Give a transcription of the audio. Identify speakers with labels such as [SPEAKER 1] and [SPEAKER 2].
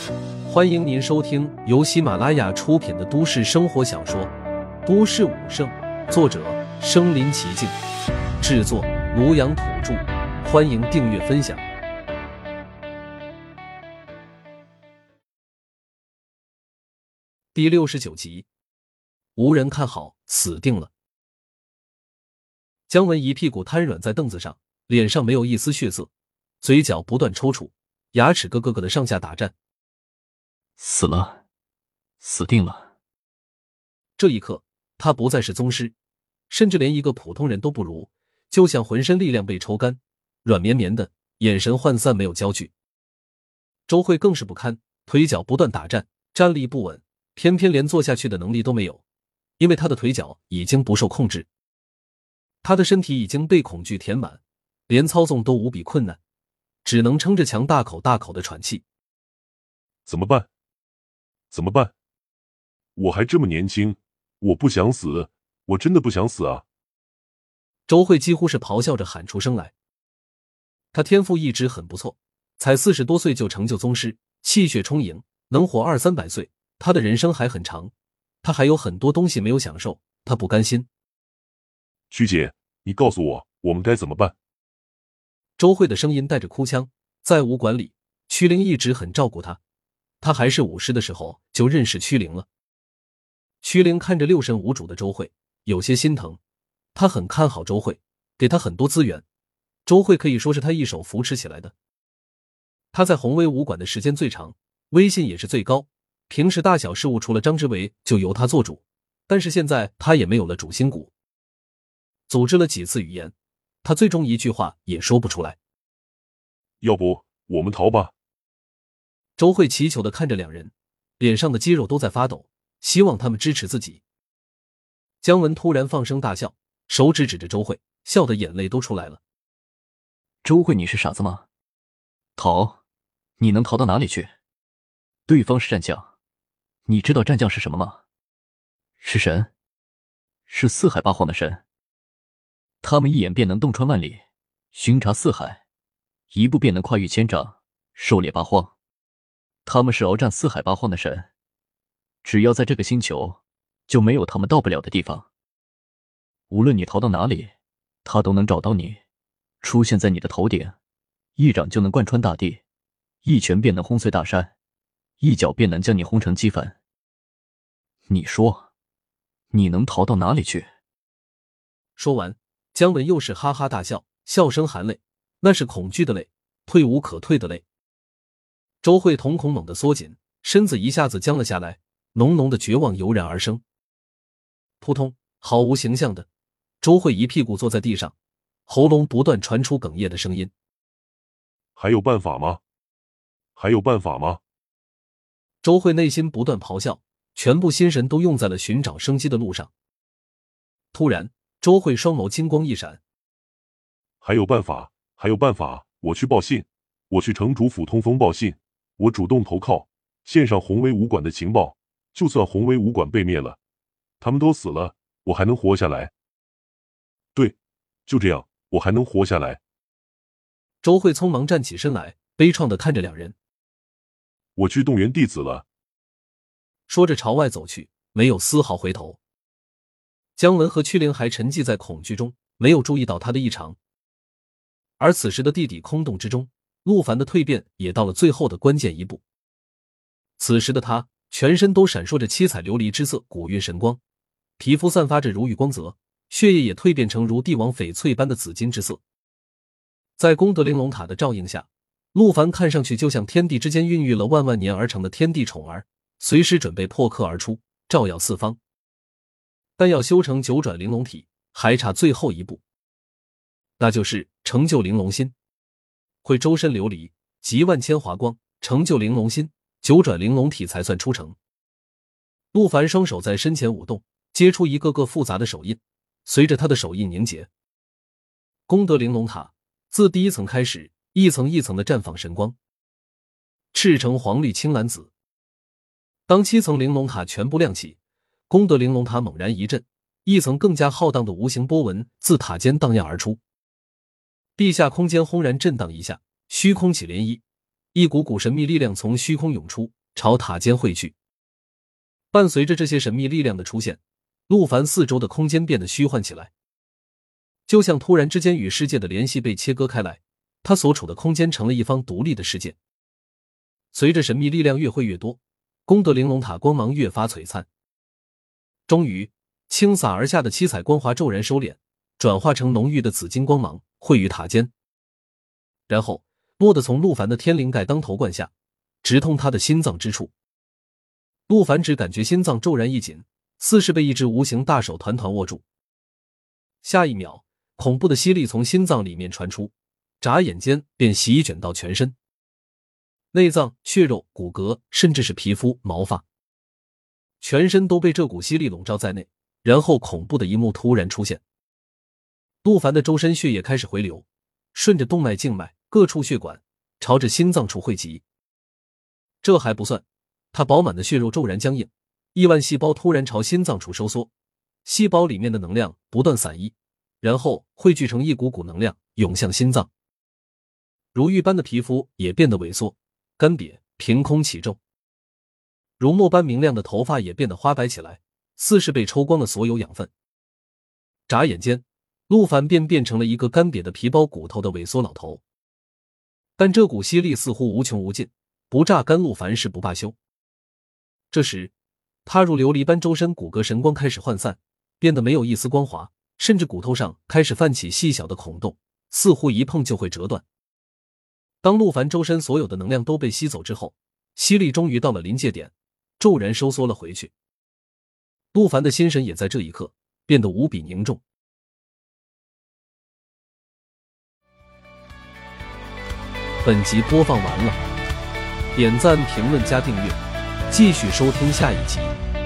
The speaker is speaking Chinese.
[SPEAKER 1] 欢迎您收听由喜马拉雅出品的都市生活小说《都市武圣》，作者身临其境，制作庐阳土著。欢迎订阅分享。第69集，无人看好，死定了。姜文一屁股瘫软在凳子上，脸上没有一丝血色，嘴角不断抽搐，牙齿咯咯咯的上下打颤。
[SPEAKER 2] 死了，死定了。
[SPEAKER 1] 这一刻，他不再是宗师，甚至连一个普通人都不如，就像浑身力量被抽干，软绵绵的，眼神涣散，没有焦距。周慧更是不堪，腿脚不断打颤，站立不稳，偏偏连坐下去的能力都没有，因为他的腿脚已经不受控制。他的身体已经被恐惧填满，连操纵都无比困难，只能撑着墙大口大口的喘气。
[SPEAKER 3] 怎么办？怎么办？我还这么年轻，我不想死，我真的不想死啊！
[SPEAKER 1] 周慧几乎是咆哮着喊出声来。他天赋一直很不错，才40多岁就成就宗师，气血充盈，能活200-300岁，他的人生还很长，他还有很多东西没有享受，他不甘心。
[SPEAKER 3] 曲姐，你告诉我，我们该怎么办？
[SPEAKER 1] 周慧的声音带着哭腔，在武馆里，屈灵一直很照顾他，他还是武师的时候就认识屈灵了。屈灵看着六神无主的周慧，有些心疼，他很看好周慧，给他很多资源，周慧可以说是他一手扶持起来的。他在宏威武馆的时间最长，威信也是最高，平时大小事务除了张之维就由他做主，但是现在他也没有了主心骨。组织了几次语言，他最终一句话也说不出来。
[SPEAKER 3] 要不我们逃吧？
[SPEAKER 1] 周慧祈求地看着两人，脸上的肌肉都在发抖，希望他们支持自己。姜文突然放声大笑，手指指着周慧，笑得眼泪都出来了。
[SPEAKER 2] 周慧，你是傻子吗？逃？你能逃到哪里去？对方是战将，你知道战将是什么吗？是神，是四海八荒的神。他们一眼便能洞穿万里，巡查四海，一步便能跨越千丈，狩猎八荒。他们是鏖战四海八荒的神，只要在这个星球，就没有他们到不了的地方。无论你逃到哪里，他都能找到你，出现在你的头顶，一掌就能贯穿大地，一拳便能轰碎大山，一脚便能将你轰成齑粉。你说，你能逃到哪里去？
[SPEAKER 1] 说完，姜文又是哈哈大笑，笑声含泪，那是恐惧的泪，退无可退的泪。周慧瞳孔猛地缩紧，身子一下子僵了下来，浓浓的绝望油然而生。扑通，毫无形象的，周慧一屁股坐在地上，喉咙不断传出哽咽的声音。
[SPEAKER 3] 还有办法吗？还有办法吗？
[SPEAKER 1] 周慧内心不断咆哮，全部心神都用在了寻找生机的路上。突然，周慧双眸金光一闪。
[SPEAKER 3] 还有办法，还有办法，我去报信，我去城主府通风报信，我主动投靠，献上宏威武馆的情报，就算宏威武馆被灭了，他们都死了，我还能活下来。对，就这样，我还能活下来。
[SPEAKER 1] 周慧匆忙站起身来，悲怆地看着两人。
[SPEAKER 3] 我去动员弟子了。
[SPEAKER 1] 说着朝外走去，没有丝毫回头。姜文和屈灵还沉寂在恐惧中，没有注意到他的异常。而此时的地底空洞之中，陆凡的蜕变也到了最后的关键一步。此时的他全身都闪烁着七彩琉璃之色古韵神光，皮肤散发着如玉光泽，血液也蜕变成如帝王翡翠般的紫金之色。在功德玲珑塔的照应下，陆凡看上去就像天地之间孕育了万万年而成的天地宠儿，随时准备破壳而出，照耀四方。但要修成九转玲珑体，还差最后一步，那就是成就玲珑心。会周身琉璃，集万千华光，成就玲珑心，九转玲珑体才算出成。陆凡双手在身前舞动，接出一个个复杂的手印，随着他的手印凝结，功德玲珑塔自第一层开始，一层一层的绽放神光，赤橙黄绿青蓝紫。当7层玲珑塔全部亮起，功德玲珑塔猛然一震，一层更加浩荡的无形波纹自塔尖荡漾而出。地下空间轰然震荡一下，虚空起涟漪，一股股神秘力量从虚空涌出， 朝塔尖汇聚。伴随着这些神秘力量的出现，陆凡四周的空间变得虚幻起来，就像突然之间与世界的联系被切割开来，他所处的空间成了一方独立的世界。随着神秘力量越汇越多，功德玲珑塔光芒越发璀璨。终于，倾洒而下的七彩光华骤然收敛，转化成浓郁的紫金光芒，汇于塔尖，然后蓦地从陆凡的天灵盖当头灌下，直通他的心脏之处。陆凡只感觉心脏骤然一紧，似是被一只无形大手团团握住。下一秒，恐怖的吸力从心脏里面传出，眨眼间便席卷到全身。内脏、血肉、骨骼，甚至是皮肤、毛发，全身都被这股吸力笼罩在内。然后恐怖的一幕突然出现，陆凡的周身血液开始回流，顺着动脉、静脉各处血管朝着心脏处汇集。这还不算，他饱满的血肉骤然僵硬，亿万细胞突然朝心脏处收缩，细胞里面的能量不断散逸，然后汇聚成一股股能量涌向心脏。如玉般的皮肤也变得萎缩干瘪，凭空起皱，如墨般明亮的头发也变得花白起来，似是被抽光了所有养分。眨眼间，陆凡便变成了一个干瘪的皮包骨头的萎缩老头。但这股吸力似乎无穷无尽，不榨干陆凡是不罢休。这时，他如琉璃般周身骨骼神光开始涣散，变得没有一丝光滑，甚至骨头上开始泛起细小的孔洞，似乎一碰就会折断。当陆凡周身所有的能量都被吸走之后，吸力终于到了临界点，骤然收缩了回去。陆凡的心神也在这一刻变得无比凝重。本集播放完了，点赞、评论、加订阅，继续收听下一集。